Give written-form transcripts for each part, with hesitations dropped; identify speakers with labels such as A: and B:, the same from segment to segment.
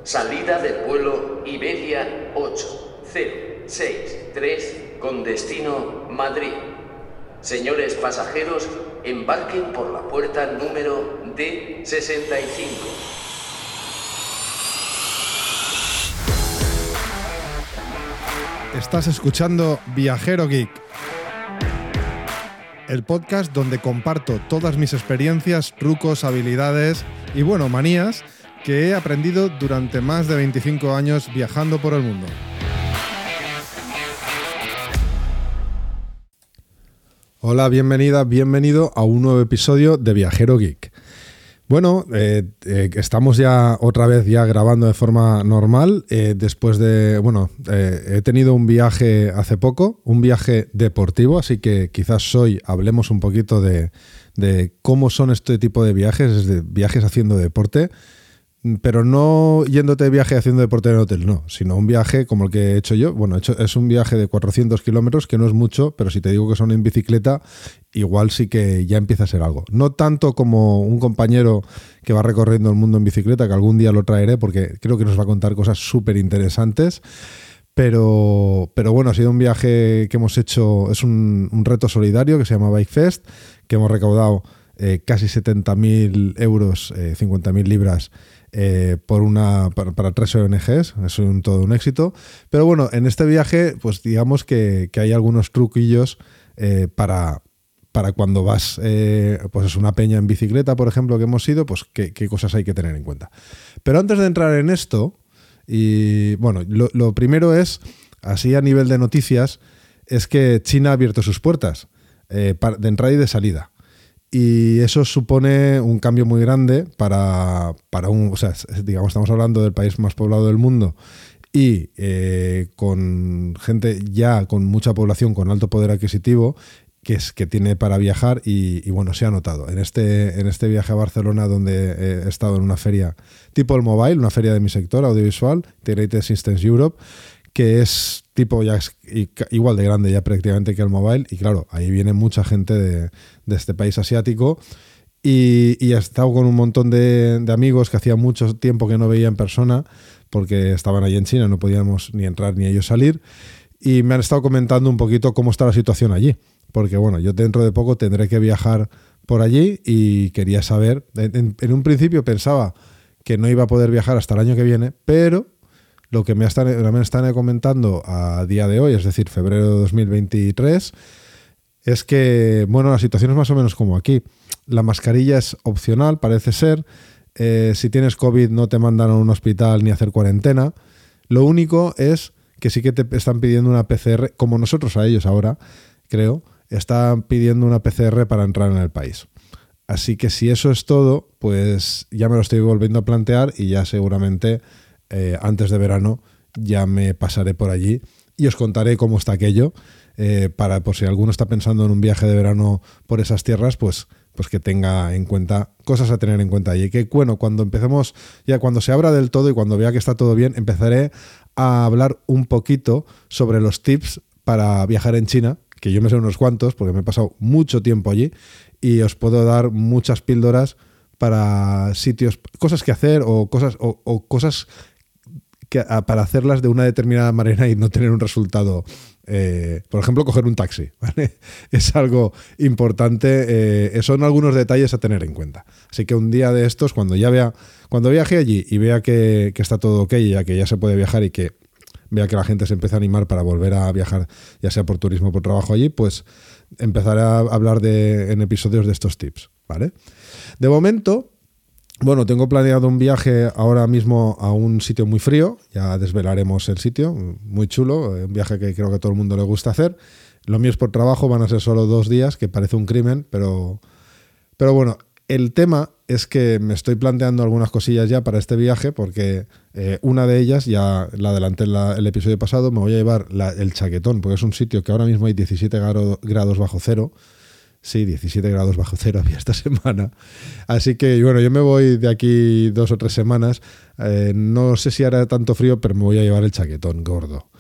A: Salida del vuelo Iberia 8063 con destino Madrid. Señores pasajeros, embarquen por la puerta número D65.
B: Estás escuchando Viajero Geek, el podcast donde comparto todas mis experiencias, trucos, habilidades y, bueno, manías que he aprendido durante más de 25 años viajando por el mundo. Hola, bienvenida, bienvenido a un nuevo episodio de Viajero Geek. Bueno, estamos ya otra vez ya grabando de forma normal. Después de, he tenido un viaje hace poco, un viaje deportivo, así que quizás hoy hablemos un poquito de cómo son este tipo de viajes haciendo deporte. Pero no yéndote de viaje haciendo deporte en el hotel, no, sino un viaje como el que he hecho yo. Bueno, es un viaje de 400 kilómetros, que no es mucho, pero si te digo que son en bicicleta, igual sí que ya empieza a ser algo. No tanto como un compañero que va recorriendo el mundo en bicicleta, que algún día lo traeré porque creo que nos va a contar cosas súper interesantes. Pero bueno, ha sido un viaje que hemos hecho, es un reto solidario que se llama Bike Fest, que hemos recaudado casi 70.000 euros, 50.000 libras, para 3 ONGs. Es todo un éxito. Pero bueno, en este viaje, pues digamos que hay algunos truquillos para cuando vas, pues es una peña en bicicleta, por ejemplo, que hemos ido, pues qué cosas hay que tener en cuenta. Pero antes de entrar en esto, y bueno, lo primero es, así a nivel de noticias, es que China ha abierto sus puertas de entrada y de salida. Y eso supone un cambio muy grande digamos, estamos hablando del país más poblado del mundo y con gente ya con mucha población, con alto poder adquisitivo, que tiene para viajar y bueno, se ha notado. En este viaje a Barcelona, donde he estado en una feria tipo el Mobile, una feria de mi sector, audiovisual, Integrated Systems Europe, que es tipo ya igual de grande ya prácticamente que el Mobile, y claro, ahí viene mucha gente de este país asiático y he estado con un montón de amigos que hacía mucho tiempo que no veía en persona porque estaban allí en China, no podíamos ni entrar ni ellos salir, y me han estado comentando un poquito cómo está la situación allí, porque bueno, yo dentro de poco tendré que viajar por allí y quería saber, en un principio pensaba que no iba a poder viajar hasta el año que viene, pero lo que me están comentando a día de hoy, es decir, febrero de 2023, es que, bueno, la situación es más o menos como aquí. La mascarilla es opcional, parece ser. Si tienes COVID no te mandan a un hospital ni a hacer cuarentena. Lo único es que sí que te están pidiendo una PCR, como nosotros a ellos ahora, creo, están pidiendo una PCR para entrar en el país. Así que si eso es todo, pues ya me lo estoy volviendo a plantear y ya seguramente antes de verano ya me pasaré por allí y os contaré cómo está aquello, por si alguno está pensando en un viaje de verano por esas tierras, pues que tenga en cuenta cosas a tener en cuenta allí. Que bueno, cuando empecemos, ya cuando se abra del todo y cuando vea que está todo bien, empezaré a hablar un poquito sobre los tips para viajar en China, que yo me sé unos cuantos porque me he pasado mucho tiempo allí y os puedo dar muchas píldoras para sitios, cosas que hacer o cosas para hacerlas de una determinada manera y no tener un resultado. Por ejemplo, coger un taxi, ¿vale? Es algo importante. Son algunos detalles a tener en cuenta. Así que un día de estos, cuando viaje allí y vea que está todo ok, ya que ya se puede viajar y que vea que la gente se empieza a animar para volver a viajar, ya sea por turismo o por trabajo allí, pues empezaré a hablar en episodios de estos tips, ¿vale? De momento, bueno, tengo planeado un viaje ahora mismo a un sitio muy frío, ya desvelaremos el sitio, muy chulo, un viaje que creo que a todo el mundo le gusta hacer. Lo mío es por trabajo, van a ser solo 2 días, que parece un crimen, pero bueno, el tema es que me estoy planteando algunas cosillas ya para este viaje, porque una de ellas, ya la adelanté en el episodio pasado, me voy a llevar el chaquetón, porque es un sitio que ahora mismo hay 17 grados bajo cero. Sí, 17 grados bajo cero había esta semana. Así que, bueno, yo me voy de aquí 2 o 3 semanas. No sé si hará tanto frío, pero me voy a llevar el chaquetón gordo.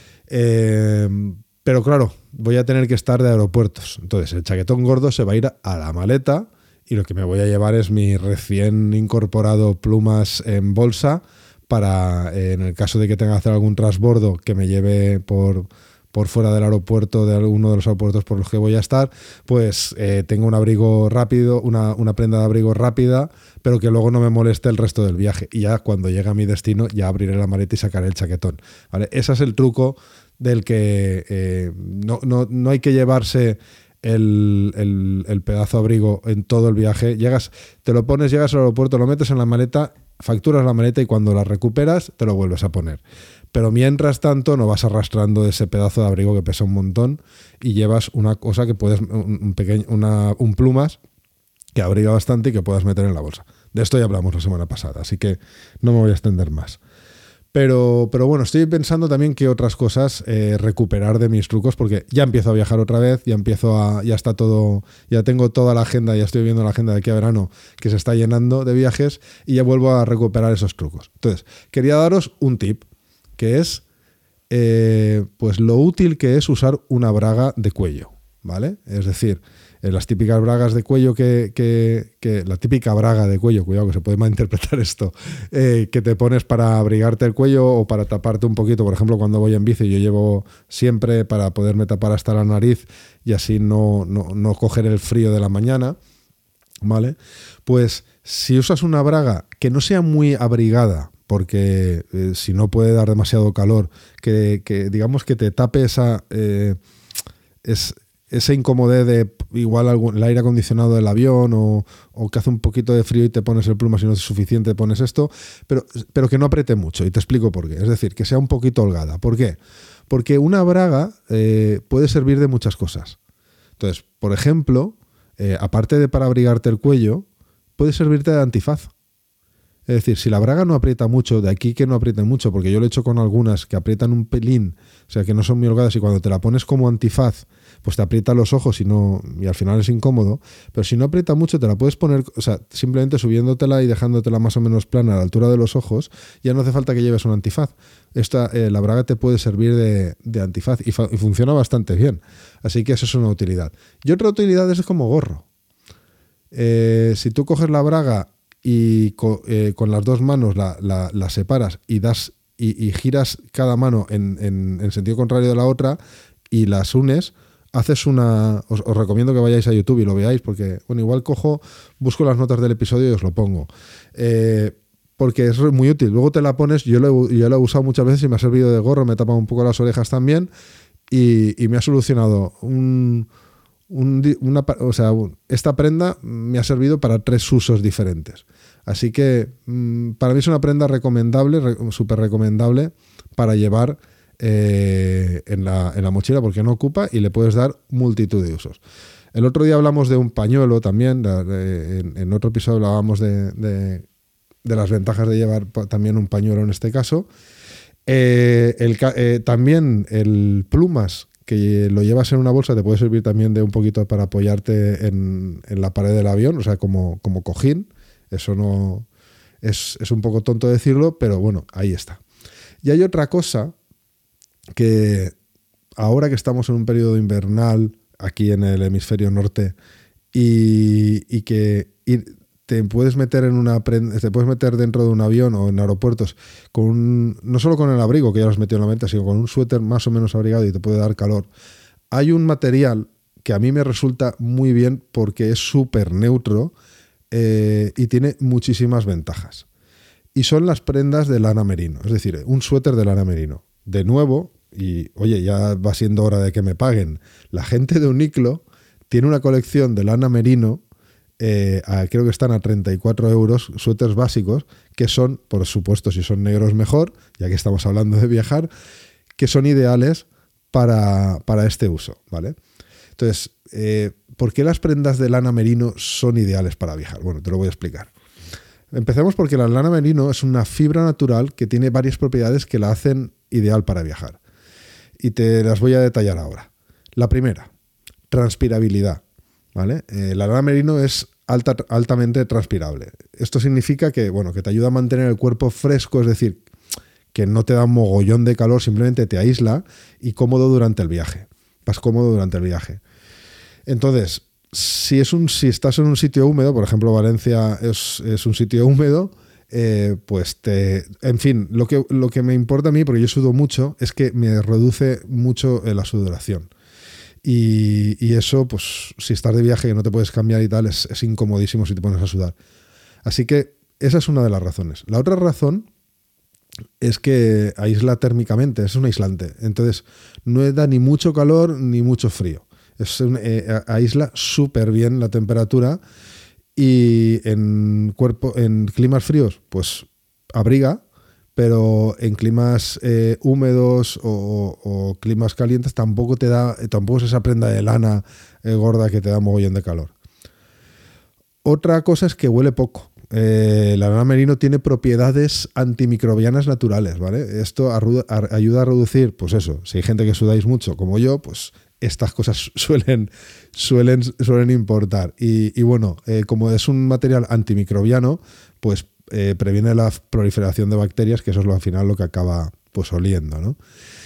B: Pero claro, voy a tener que estar de aeropuertos. Entonces, el chaquetón gordo se va a ir a la maleta y lo que me voy a llevar es mi recién incorporado plumas en bolsa para, en el caso de que tenga que hacer algún transbordo que me lleve por fuera del aeropuerto, de alguno de los aeropuertos por los que voy a estar, pues tengo un abrigo rápido, una prenda de abrigo rápida, pero que luego no me moleste el resto del viaje. Y ya cuando llegue a mi destino, ya abriré la maleta y sacaré el chaquetón, ¿vale? Ese es el truco del que no hay que llevarse el pedazo de abrigo en todo el viaje. Te lo pones, llegas al aeropuerto, lo metes en la maleta, facturas la maleta y cuando la recuperas te lo vuelves a poner. Pero mientras tanto no vas arrastrando ese pedazo de abrigo que pesa un montón y llevas una cosa que puedes, un plumas que abriga bastante y que puedas meter en la bolsa. De esto ya hablamos la semana pasada, así que no me voy a extender más. Pero bueno, estoy pensando también que otras cosas recuperar de mis trucos, porque ya empiezo a viajar otra vez, ya está todo, ya tengo toda la agenda, ya estoy viendo la agenda de aquí a verano que se está llenando de viajes y ya vuelvo a recuperar esos trucos. Entonces, quería daros un tip, que es pues lo útil que es usar una braga de cuello, ¿vale? Es decir, las típicas bragas de cuello la típica braga de cuello, cuidado que se puede malinterpretar esto, que te pones para abrigarte el cuello o para taparte un poquito. Por ejemplo, cuando voy en bici yo llevo siempre para poderme tapar hasta la nariz y así no coger el frío de la mañana, ¿vale? Pues si usas una braga que no sea muy abrigada, porque si no puede dar demasiado calor, que digamos que te tape esa incomodidad de igual el aire acondicionado del avión o que hace un poquito de frío y te pones el pluma, si no es suficiente pones esto, pero que no apriete mucho, y te explico por qué. Es decir, que sea un poquito holgada. ¿Por qué? Porque una braga puede servir de muchas cosas. Entonces, por ejemplo, aparte de para abrigarte el cuello, puede servirte de antifaz. Es decir, si la braga no aprieta mucho, de aquí que no apriete mucho, porque yo lo he hecho con algunas que aprietan un pelín, o sea, que no son muy holgadas, y cuando te la pones como antifaz, pues te aprieta los ojos y al final es incómodo. Pero si no aprieta mucho, te la puedes poner, o sea, simplemente subiéndotela y dejándotela más o menos plana a la altura de los ojos, ya no hace falta que lleves un antifaz. La braga te puede servir de antifaz y funciona bastante bien. Así que eso es una utilidad. Y otra utilidad es como gorro. Si tú coges la braga y con las dos manos la separas y giras cada mano en sentido contrario de la otra y las unes, haces os recomiendo que vayáis a YouTube y lo veáis, porque bueno, igual busco las notas del episodio y os lo pongo, porque es muy útil. Luego te la pones, yo lo he usado muchas veces y me ha servido de gorro, me tapa un poco las orejas también y me ha solucionado esta prenda me ha servido para 3 usos diferentes. Así que para mí es una prenda recomendable, súper recomendable para llevar en la mochila, porque no ocupa y le puedes dar multitud de usos. El otro día hablamos de un pañuelo también, en otro episodio hablábamos de las ventajas de llevar también un pañuelo en este caso. También el plumas, que lo llevas en una bolsa, te puede servir también de un poquito para apoyarte en la pared del avión, o sea, como cojín. Eso no es un poco tonto decirlo, pero bueno, ahí está. Y hay otra cosa que ahora que estamos en un periodo invernal aquí en el hemisferio norte y que te puedes meter dentro de un avión o en aeropuertos no solo con el abrigo que ya lo has metido en la maleta, sino con un suéter más o menos abrigado y te puede dar calor. Hay un material que a mí me resulta muy bien porque es súper neutro y tiene muchísimas ventajas. Y son las prendas de lana merino, es decir, un suéter de lana merino. De nuevo, y oye, ya va siendo hora de que me paguen, la gente de Uniqlo tiene una colección de lana merino, creo que están a 34 euros, suéteres básicos, que son, por supuesto, si son negros mejor, ya que estamos hablando de viajar, que son ideales para este uso, ¿vale? Entonces, ¿por qué las prendas de lana merino son ideales para viajar? Bueno, te lo voy a explicar. Empecemos porque la lana merino es una fibra natural que tiene varias propiedades que la hacen ideal para viajar. Y te las voy a detallar ahora. La primera, transpirabilidad, ¿vale? La lana merino es altamente transpirable. Esto significa que te ayuda a mantener el cuerpo fresco, es decir, que no te da un mogollón de calor, simplemente te aísla y cómodo durante el viaje. Vas cómodo durante el viaje. Entonces, si estás en un sitio húmedo, por ejemplo Valencia es un sitio húmedo, pues en fin, lo que me importa a mí, porque yo sudo mucho, es que me reduce mucho la sudoración. Y eso, pues si estás de viaje y no te puedes cambiar y tal, es incomodísimo si te pones a sudar. Así que esa es una de las razones. La otra razón es que aísla térmicamente, es un aislante. Entonces no da ni mucho calor ni mucho frío. Aísla súper bien la temperatura y en climas fríos, pues abriga, pero en climas húmedos o climas calientes tampoco es esa prenda de lana gorda que te da mogollón de calor. Otra cosa es que huele poco. La lana merino tiene propiedades antimicrobianas naturales, ¿vale? Esto ayuda a reducir, pues eso, si hay gente que sudáis mucho como yo, pues estas cosas suelen importar. Y bueno, como es un material antimicrobiano, pues previene la proliferación de bacterias, que eso es al final lo que acaba pues oliendo, ¿no?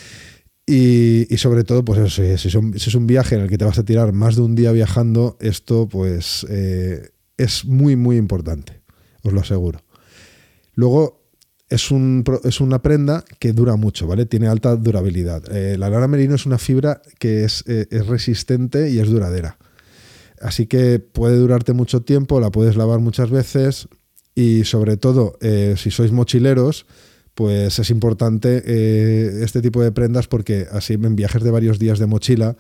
B: Y sobre todo, pues eso, si es un viaje en el que te vas a tirar más de un día viajando, esto pues es muy, muy importante, os lo aseguro. Luego, es una prenda que dura mucho, ¿vale? Tiene alta durabilidad. La lana merino es una fibra que es resistente y es duradera. Así que puede durarte mucho tiempo, la puedes lavar muchas veces y sobre todo, si sois mochileros, pues es importante este tipo de prendas porque así en viajes de varios días de mochila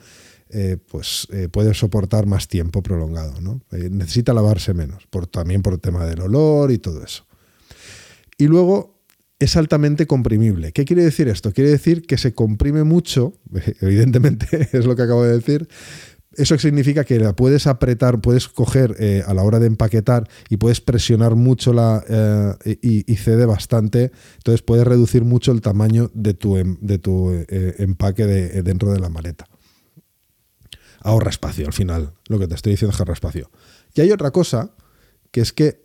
B: puede soportar más tiempo prolongado, ¿no? Necesita lavarse menos, también por el tema del olor y todo eso. Y luego es altamente comprimible. ¿Qué quiere decir esto? Quiere decir que se comprime mucho, evidentemente es lo que acabo de decir. Eso significa que la puedes apretar, puedes coger a la hora de empaquetar y puedes presionar mucho y cede bastante. Entonces puedes reducir mucho el tamaño de tu empaque dentro de la maleta. Ahorra espacio, al final. Lo que te estoy diciendo es que ahorra espacio. Y hay otra cosa, que es que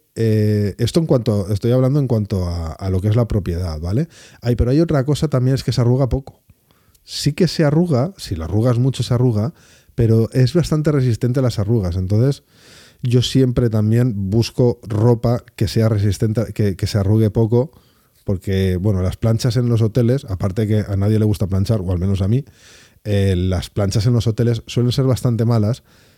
B: estoy hablando en cuanto a lo que es la propiedad, ¿vale? Pero hay otra cosa también, es que se arruga poco. Sí que se arruga, si la arrugas mucho se arruga, pero es bastante resistente a las arrugas. Entonces, yo siempre también busco ropa que sea resistente, que se arrugue poco, porque, bueno, las planchas en los hoteles, aparte que a nadie le gusta planchar, o al menos a mí, las planchas en los hoteles suelen ser bastante malas,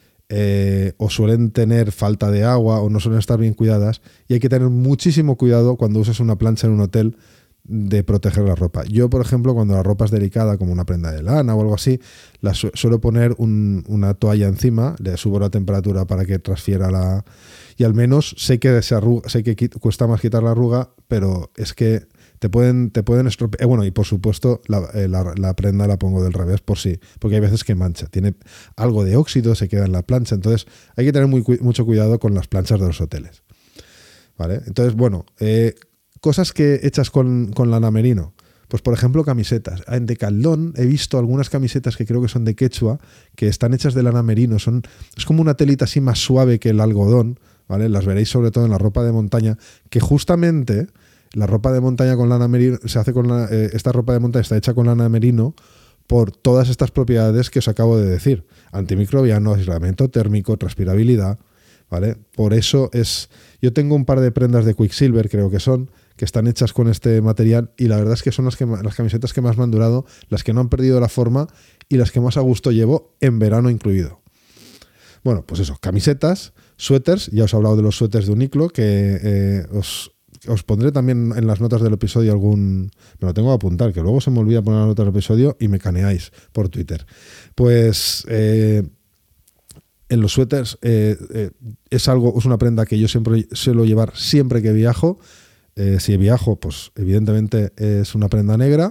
B: o suelen tener falta de agua, o no suelen estar bien cuidadas, y hay que tener muchísimo cuidado cuando usas una plancha en un hotel de proteger la ropa. Yo, por ejemplo, cuando la ropa es delicada, como una prenda de lana o algo así, suelo poner una toalla encima, le subo la temperatura para que transfiera y al menos sé que cuesta más quitar la arruga, pero es que te pueden estropear. Bueno, y por supuesto la prenda la pongo del revés porque hay veces que mancha. Tiene algo de óxido, se queda en la plancha, entonces hay que tener mucho cuidado con las planchas de los hoteles, ¿vale? Entonces, bueno, cosas que hechas con lana merino. Pues por ejemplo, camisetas. En Decathlon he visto algunas camisetas que creo que son de quechua, que están hechas de lana merino. Es como una telita así más suave que el algodón, ¿vale? Las veréis sobre todo en la ropa de montaña, que justamente la ropa de montaña con lana merino se hace esta ropa de montaña está hecha con lana merino por todas estas propiedades que os acabo de decir: antimicrobiano, aislamiento térmico, transpirabilidad, ¿vale? Por eso yo tengo un par de prendas de Quicksilver, creo que están hechas con este material, y la verdad es que son las camisetas que más me han durado, las que no han perdido la forma y las que más a gusto llevo, en verano incluido. Bueno, pues eso, camisetas, suéteres. Ya os he hablado de los suéteres de Uniqlo, que os pondré también en las notas del episodio me lo tengo que apuntar, que luego se me olvida poner las notas del episodio y me caneáis por Twitter. Pues en los suéteres es una prenda que yo siempre suelo llevar siempre que viajo. Si viajo, pues evidentemente es una prenda negra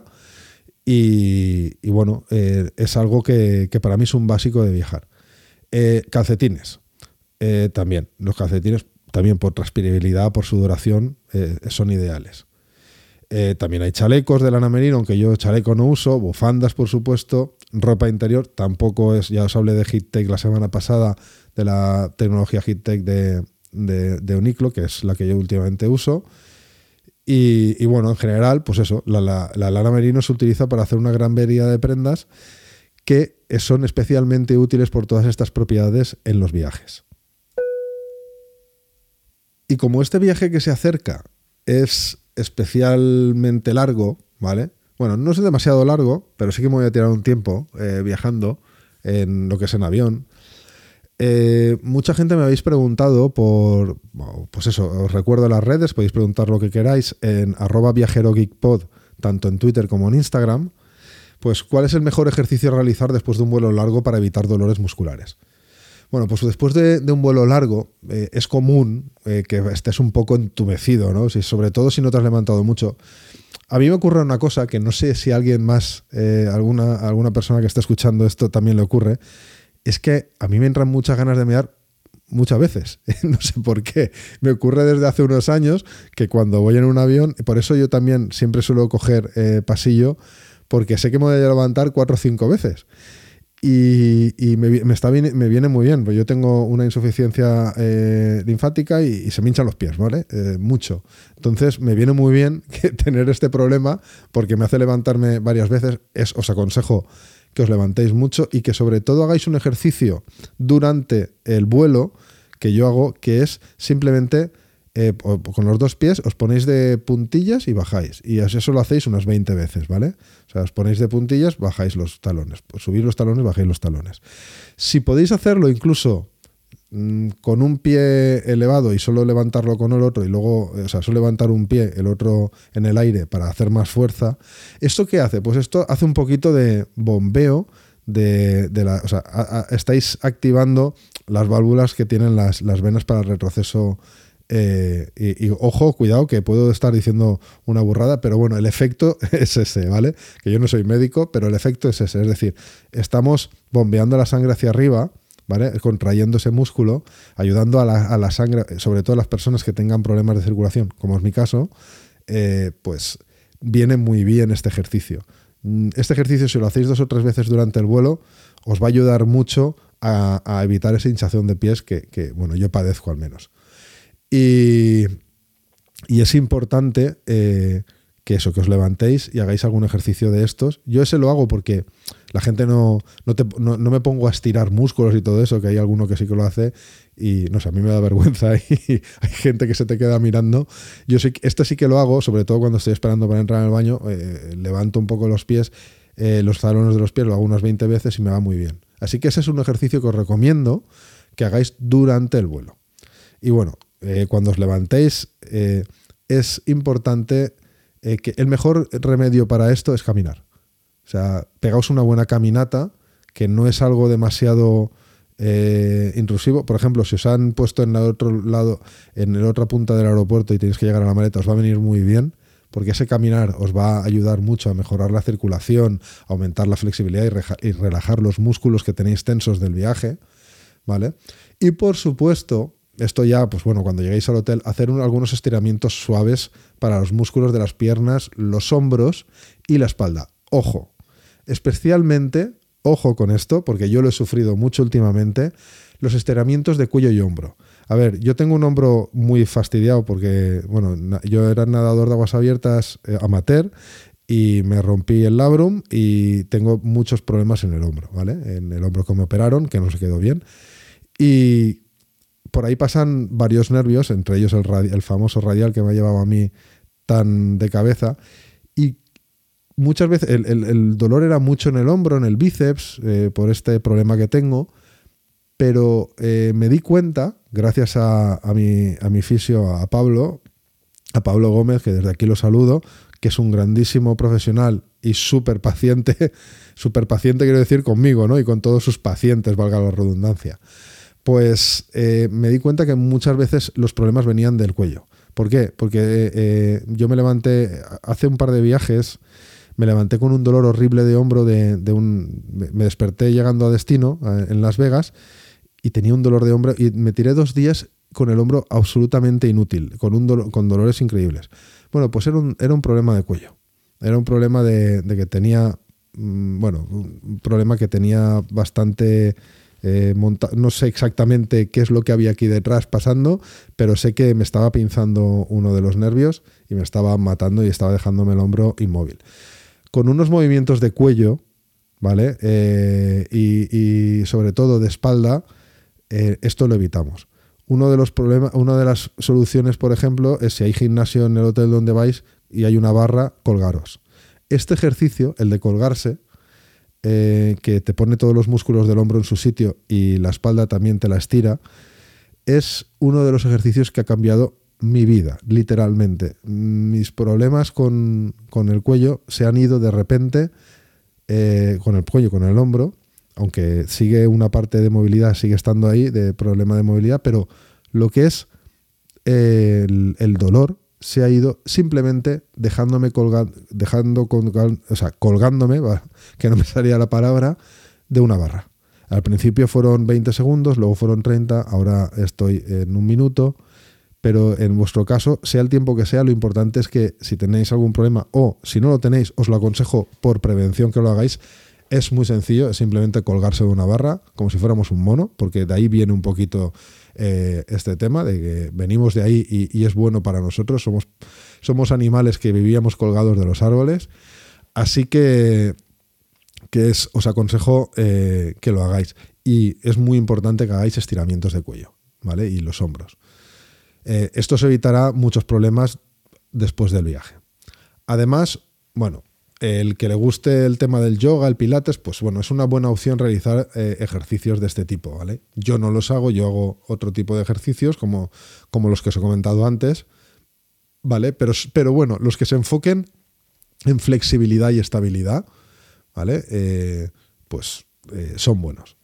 B: y bueno, es algo que para mí es un básico de viajar. Calcetines, también. Los calcetines, también por transpirabilidad, por sudoración, son ideales. También hay chalecos de lana merino, aunque yo chaleco no uso, bufandas por supuesto, ropa interior, tampoco ya os hablé de Heattech la semana pasada, de la tecnología Heattech de Uniqlo, que es la que yo últimamente uso. Y bueno, en general, pues eso, la lana merino se utiliza para hacer una gran variedad de prendas que son especialmente útiles por todas estas propiedades en los viajes. Y como este viaje que se acerca es especialmente largo, ¿vale? Bueno, no es demasiado largo, pero sí que me voy a tirar un tiempo viajando en lo que es en avión. Mucha gente me habéis preguntado por, pues eso, os recuerdo las redes, podéis preguntar lo que queráis en @viajerogeekpod, tanto en Twitter como en Instagram, pues ¿cuál es el mejor ejercicio a realizar después de un vuelo largo para evitar dolores musculares? Bueno, pues después de un vuelo largo es común que estés un poco entumecido, ¿no? Sobre todo si no te has levantado mucho. A mí me ocurre una cosa que no sé si a alguien más, alguna persona que esté escuchando esto también le ocurre, es que a mí me entran muchas ganas de mear muchas veces. No sé por qué. Me ocurre desde hace unos años que cuando voy en un avión, por eso yo también siempre suelo coger pasillo, porque sé que me voy a levantar 4 o 5 veces. Y me viene muy bien, pues yo tengo una insuficiencia linfática y se me hinchan los pies, ¿vale? Mucho. Entonces me viene muy bien tener este problema porque me hace levantarme varias veces. Os aconsejo que os levantéis mucho y que sobre todo hagáis un ejercicio durante el vuelo que yo hago, que es simplemente con los 2 pies os ponéis de puntillas y bajáis. Y eso lo hacéis unas 20 veces, ¿vale? O sea, os ponéis de puntillas, bajáis los talones. Pues subís los talones, bajáis los talones. Si podéis hacerlo incluso con un pie elevado y solo levantarlo con el otro y luego, o sea, solo levantar un pie, el otro en el aire para hacer más fuerza, ¿esto qué hace? Pues esto hace un poquito de bombeo o sea, estáis activando las válvulas que tienen las venas para el retroceso. Y ojo, cuidado, que puedo estar diciendo una burrada, pero bueno, el efecto es ese, ¿vale? Que yo no soy médico, pero el efecto es ese. Es decir, estamos bombeando la sangre hacia arriba, ¿vale? Contrayendo ese músculo, ayudando a la sangre, sobre todo a las personas que tengan problemas de circulación, como es mi caso, pues viene muy bien este ejercicio. Este ejercicio, si lo hacéis 2 o 3 veces durante el vuelo, os va a ayudar mucho a evitar esa hinchazón de pies que bueno, yo padezco al menos. Y es importante que os levantéis y hagáis algún ejercicio de estos. Yo ese lo hago porque la gente no me pongo a estirar músculos y todo eso, que hay alguno que sí que lo hace y no sé, a mí me da vergüenza y hay gente que se te queda mirando. Yo esto sí que lo hago, sobre todo cuando estoy esperando para entrar en el baño, levanto un poco los pies, los talones de los pies, lo hago unas 20 veces y me va muy bien. Así que ese es un ejercicio que os recomiendo que hagáis durante el vuelo. Y bueno, cuando os levantéis es importante que el mejor remedio para esto es caminar. O sea, pegaos una buena caminata, que no es algo demasiado intrusivo. Por ejemplo, si os han puesto en el otro lado, en la otra punta del aeropuerto y tenéis que llegar a la maleta, os va a venir muy bien, porque ese caminar os va a ayudar mucho a mejorar la circulación, aumentar la flexibilidad y relajar los músculos que tenéis tensos del viaje, ¿vale? Y por supuesto, esto ya, pues bueno, cuando lleguéis al hotel, hacer algunos estiramientos suaves para los músculos de las piernas, los hombros y la espalda. Ojo, especialmente, ojo con esto, porque yo lo he sufrido mucho últimamente, los estiramientos de cuello y hombro. A ver, yo tengo un hombro muy fastidiado porque, bueno, yo era nadador de aguas abiertas amateur y me rompí el labrum y tengo muchos problemas en el hombro, ¿vale? En el hombro que me operaron, que no se quedó bien. Y por ahí pasan varios nervios, entre ellos el famoso radial que me ha llevado a mí tan de cabeza. Y muchas veces el dolor era mucho en el hombro, en el bíceps, por este problema que tengo. Pero me di cuenta, gracias a mi fisio, a Pablo Gómez, que desde aquí lo saludo, que es un grandísimo profesional y súper paciente quiero decir conmigo, ¿no? Y con todos sus pacientes, valga la redundancia. Pues me di cuenta que muchas veces los problemas venían del cuello. ¿Por qué? Porque yo me levanté, hace un par de viajes, me levanté con un dolor horrible de hombro, me desperté llegando a destino, en Las Vegas, y tenía un dolor de hombro, y me tiré 2 días con el hombro absolutamente inútil, con dolores increíbles. Bueno, pues era un problema de cuello. Era un problema de que tenía, un problema que tenía bastante... no sé exactamente qué es lo que había aquí detrás pasando, pero sé que me estaba pinzando uno de los nervios y me estaba matando y estaba dejándome el hombro inmóvil. Con unos movimientos de cuello, ¿vale? Y sobre todo de espalda, esto lo evitamos. uno de los problemas, una de las soluciones, por ejemplo, es si hay gimnasio en el hotel donde vais y hay una barra, colgaros. Este ejercicio, el de colgarse, que te pone todos los músculos del hombro en su sitio y la espalda también te la estira, es uno de los ejercicios que ha cambiado mi vida, literalmente. Mis problemas con el cuello se han ido de repente, con el cuello, con el hombro, aunque sigue una parte de movilidad, sigue estando ahí, de problema de movilidad, pero lo que es el dolor se ha ido simplemente colgándome, que no me salía la palabra, de una barra. Al principio fueron 20 segundos, luego fueron 30, ahora estoy en 1 minuto, pero en vuestro caso, sea el tiempo que sea, lo importante es que si tenéis algún problema o si no lo tenéis, os lo aconsejo por prevención que lo hagáis. Es muy sencillo, es simplemente colgarse de una barra, como si fuéramos un mono, porque de ahí viene un poquito este tema, de que venimos de ahí y es bueno para nosotros, somos animales que vivíamos colgados de los árboles, así que os aconsejo que lo hagáis. Y es muy importante que hagáis estiramientos de cuello, ¿vale? Y los hombros. Esto os evitará muchos problemas después del viaje. Además, bueno, el que le guste el tema del yoga, el pilates, pues bueno, es una buena opción realizar ejercicios de este tipo, ¿vale? Yo no los hago, yo hago otro tipo de ejercicios como los que os he comentado antes, ¿vale? Pero bueno, los que se enfoquen en flexibilidad y estabilidad, ¿vale? Son buenos.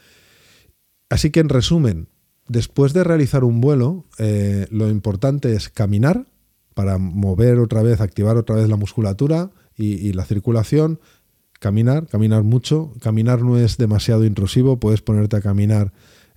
B: Así que en resumen, después de realizar un vuelo, lo importante es caminar para mover otra vez, activar otra vez la musculatura y la circulación, caminar mucho. Caminar no es demasiado intrusivo, puedes ponerte a caminar.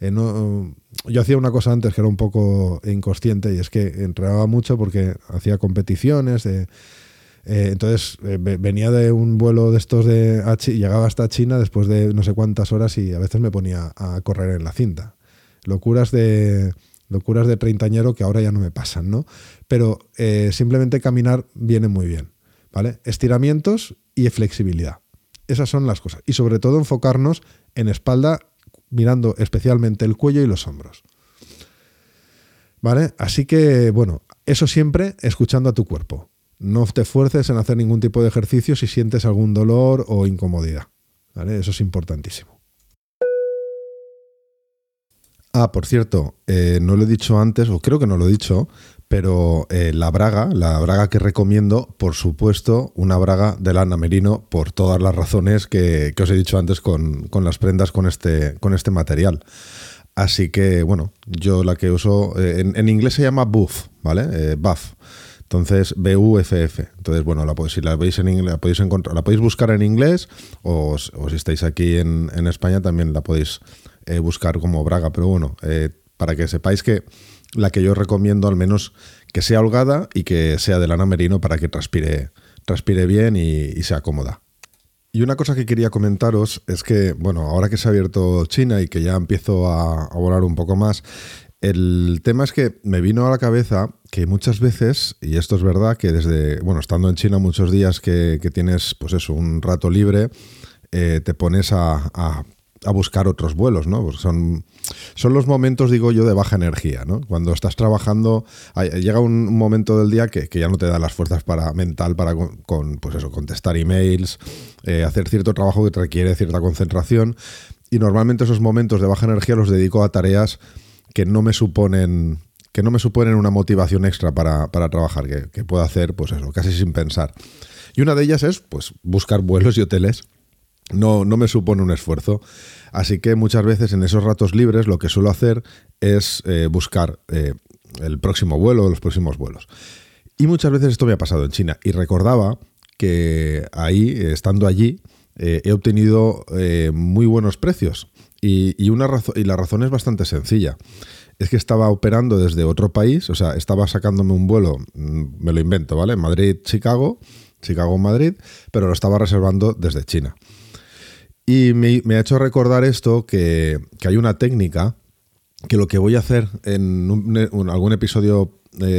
B: Yo hacía una cosa antes que era un poco inconsciente y es que entrenaba mucho porque hacía competiciones. Entonces venía de un vuelo de estos llegaba hasta China después de no sé cuántas horas y a veces me ponía a correr en la cinta. Locuras de treintañero que ahora ya no me pasan, ¿no? Pero simplemente caminar viene muy bien, ¿vale? Estiramientos y flexibilidad. Esas son las cosas. Y sobre todo enfocarnos en espalda, mirando especialmente el cuello y los hombros, ¿vale? Así que, bueno, eso siempre escuchando a tu cuerpo. No te esfuerces en hacer ningún tipo de ejercicio si sientes algún dolor o incomodidad, ¿vale? Eso es importantísimo. Por cierto, no lo he dicho antes, o creo que no lo he dicho, pero la braga que recomiendo, por supuesto, una braga de lana merino, por todas las razones que os he dicho antes con las prendas con este material. Así que, bueno, yo la que uso, en inglés se llama Buff, ¿vale? Buff. Entonces, BUFF. Entonces, bueno, si la veis en inglés, la podéis encontrar, la podéis buscar en inglés o si estáis aquí en España también la podéis buscar como braga. Pero bueno, para que sepáis que la que yo recomiendo al menos que sea holgada y que sea de lana merino para que transpire bien y sea cómoda. Y una cosa que quería comentaros es que, bueno, ahora que se ha abierto China y que ya empiezo a volar un poco más, el tema es que me vino a la cabeza que muchas veces, y esto es verdad, que estando en China muchos días que tienes, pues eso, un rato libre, te pones a buscar otros vuelos, ¿no? Pues son los momentos, digo yo, de baja energía, ¿no? Cuando estás trabajando, llega un momento del día que ya no te da las fuerzas mental para contestar emails, hacer cierto trabajo que te requiere cierta concentración, y normalmente esos momentos de baja energía los dedico a tareas que no me suponen una motivación extra para trabajar, que puedo hacer, pues eso, casi sin pensar. Y una de ellas es, pues, buscar vuelos y hoteles. No me supone un esfuerzo. Así que muchas veces en esos ratos libres lo que suelo hacer es buscar el próximo vuelo o los próximos vuelos. Y muchas veces esto me ha pasado en China. Y recordaba que ahí, estando allí, he obtenido muy buenos precios. Y la razón es bastante sencilla. Es que estaba operando desde otro país, o sea, estaba sacándome un vuelo, me lo invento, ¿vale? Madrid-Chicago, Chicago-Madrid, pero lo estaba reservando desde China. Y me ha hecho recordar esto, que hay una técnica que lo que voy a hacer en algún episodio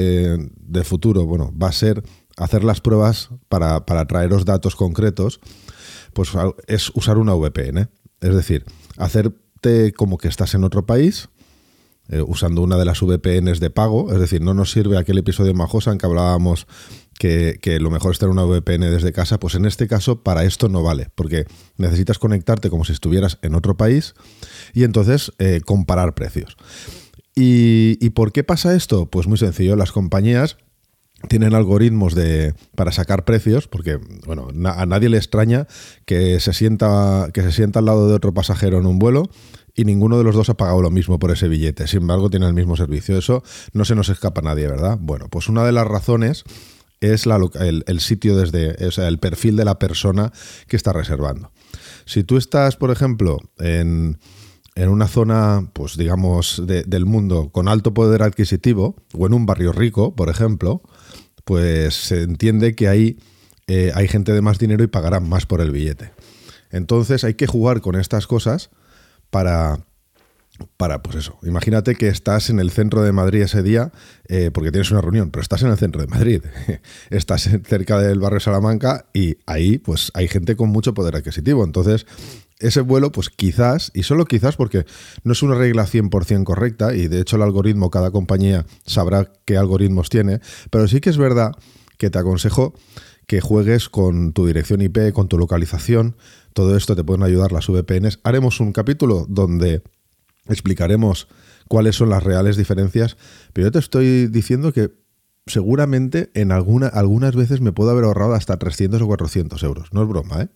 B: de futuro, bueno, va a ser hacer las pruebas para traeros datos concretos, pues es usar una VPN. Es decir, hacerte como que estás en otro país, usando una de las VPNs de pago, es decir, no nos sirve aquel episodio en Majosa en que hablábamos que lo mejor es tener una VPN desde casa. Pues en este caso para esto no vale, porque necesitas conectarte como si estuvieras en otro país y entonces comparar precios. ¿Y por qué pasa esto? Pues muy sencillo, las compañías tienen algoritmos para sacar precios, porque bueno, a nadie le extraña que se sienta al lado de otro pasajero en un vuelo y ninguno de los dos ha pagado lo mismo por ese billete. Sin embargo, tienen el mismo servicio. Eso no se nos escapa a nadie, ¿verdad? Bueno, pues una de las razones es el sitio o sea, el perfil de la persona que está reservando. Si tú estás, por ejemplo, en una zona, pues digamos, del mundo con alto poder adquisitivo, o en un barrio rico, por ejemplo, pues se entiende que ahí hay gente de más dinero y pagarán más por el billete. Entonces hay que jugar con estas cosas para pues eso. Imagínate que estás en el centro de Madrid ese día porque tienes una reunión, pero estás en el centro de Madrid. Estás cerca del barrio Salamanca y ahí pues hay gente con mucho poder adquisitivo. Entonces ese vuelo, pues quizás, y solo quizás porque no es una regla 100% correcta y de hecho el algoritmo, cada compañía sabrá qué algoritmos tiene, pero sí que es verdad que te aconsejo que juegues con tu dirección IP, con tu localización. Todo esto te pueden ayudar las VPNs. Haremos un capítulo donde explicaremos cuáles son las reales diferencias, pero yo te estoy diciendo que seguramente en algunas veces me puedo haber ahorrado hasta 300 o 400 euros. No es broma,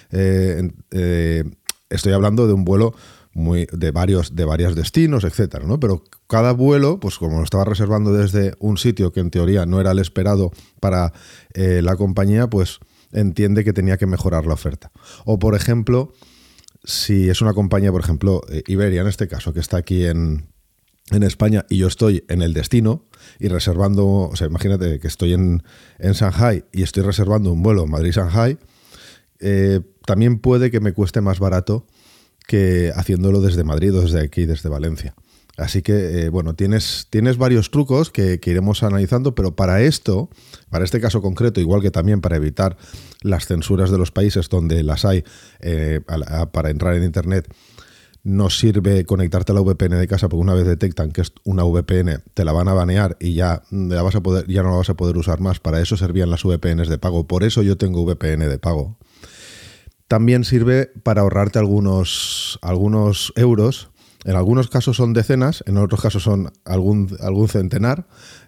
B: estoy hablando de un vuelo de varios destinos, etcétera, ¿no? Pero cada vuelo, pues como lo estaba reservando desde un sitio que en teoría no era el esperado para la compañía, pues entiende que tenía que mejorar la oferta. O por ejemplo, si es una compañía, por ejemplo, Iberia en este caso, que está aquí en España y yo estoy en el destino y reservando, o sea, imagínate que estoy en Shanghái y estoy reservando un vuelo Madrid-Shanghái, también puede que me cueste más barato que haciéndolo desde Madrid o desde aquí, desde Valencia. Así que, bueno, tienes varios trucos que iremos analizando, pero para este caso concreto, igual que también para evitar las censuras de los países donde las hay para entrar en Internet, no sirve conectarte a la VPN de casa, porque una vez detectan que es una VPN, te la van a banear y ya no la vas a poder usar más. Para eso servían las VPNs de pago. Por eso yo tengo VPN de pago. También sirve para ahorrarte algunos euros. En algunos casos son decenas, en otros casos son algún centenar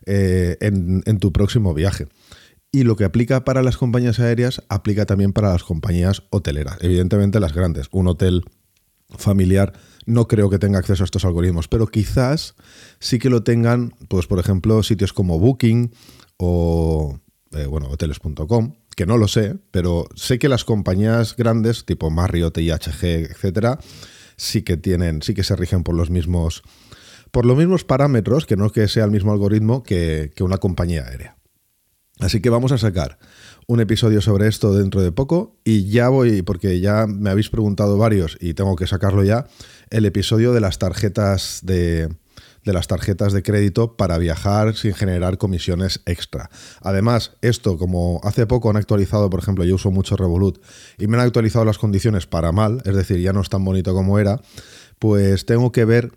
B: en tu próximo viaje. Y lo que aplica para las compañías aéreas aplica también para las compañías hoteleras. Evidentemente las grandes. Un hotel familiar no creo que tenga acceso a estos algoritmos, pero quizás sí que lo tengan, pues por ejemplo, sitios como Booking o hoteles.com, que no lo sé, pero sé que las compañías grandes tipo Marriott, IHG, etcétera, sí que se rigen por los mismos parámetros, que no que sea el mismo algoritmo que una compañía aérea. Así que vamos a sacar un episodio sobre esto dentro de poco y ya voy, porque ya me habéis preguntado varios y tengo que sacarlo ya, el episodio de las tarjetas de crédito para viajar sin generar comisiones extra. Además, esto, como hace poco han actualizado, por ejemplo, yo uso mucho Revolut y me han actualizado las condiciones para mal, es decir, ya no es tan bonito como era, pues tengo que ver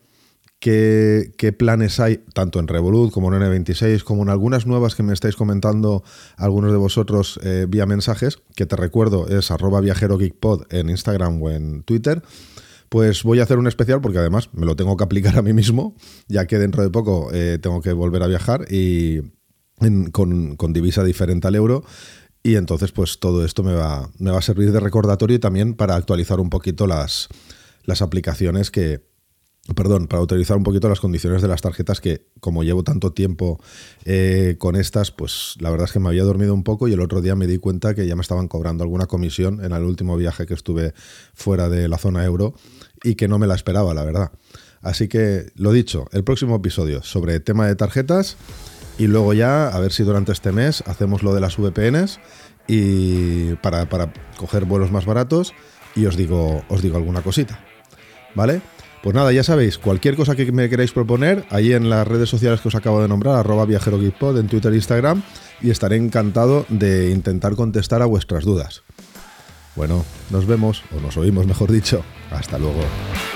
B: qué planes hay, tanto en Revolut como en N26, como en algunas nuevas que me estáis comentando algunos de vosotros vía mensajes, que te recuerdo es @viajerogeekpod en Instagram o en Twitter. Pues voy a hacer un especial porque además me lo tengo que aplicar a mí mismo, ya que dentro de poco tengo que volver a viajar y con divisa diferente al euro. Y entonces pues todo esto me va a servir de recordatorio y también para actualizar un poquito las aplicaciones para utilizar un poquito las condiciones de las tarjetas, que como llevo tanto tiempo con estas, pues la verdad es que me había dormido un poco y el otro día me di cuenta que ya me estaban cobrando alguna comisión en el último viaje que estuve fuera de la zona euro y que no me la esperaba, la verdad. Así que, lo dicho, el próximo episodio sobre tema de tarjetas y luego ya a ver si durante este mes hacemos lo de las VPNs y para coger vuelos más baratos y os digo alguna cosita, ¿vale? Pues nada, ya sabéis, cualquier cosa que me queráis proponer, ahí en las redes sociales que os acabo de nombrar, @viajerogeekpod en Twitter e Instagram, y estaré encantado de intentar contestar a vuestras dudas. Bueno, nos vemos, o nos oímos mejor dicho. Hasta luego.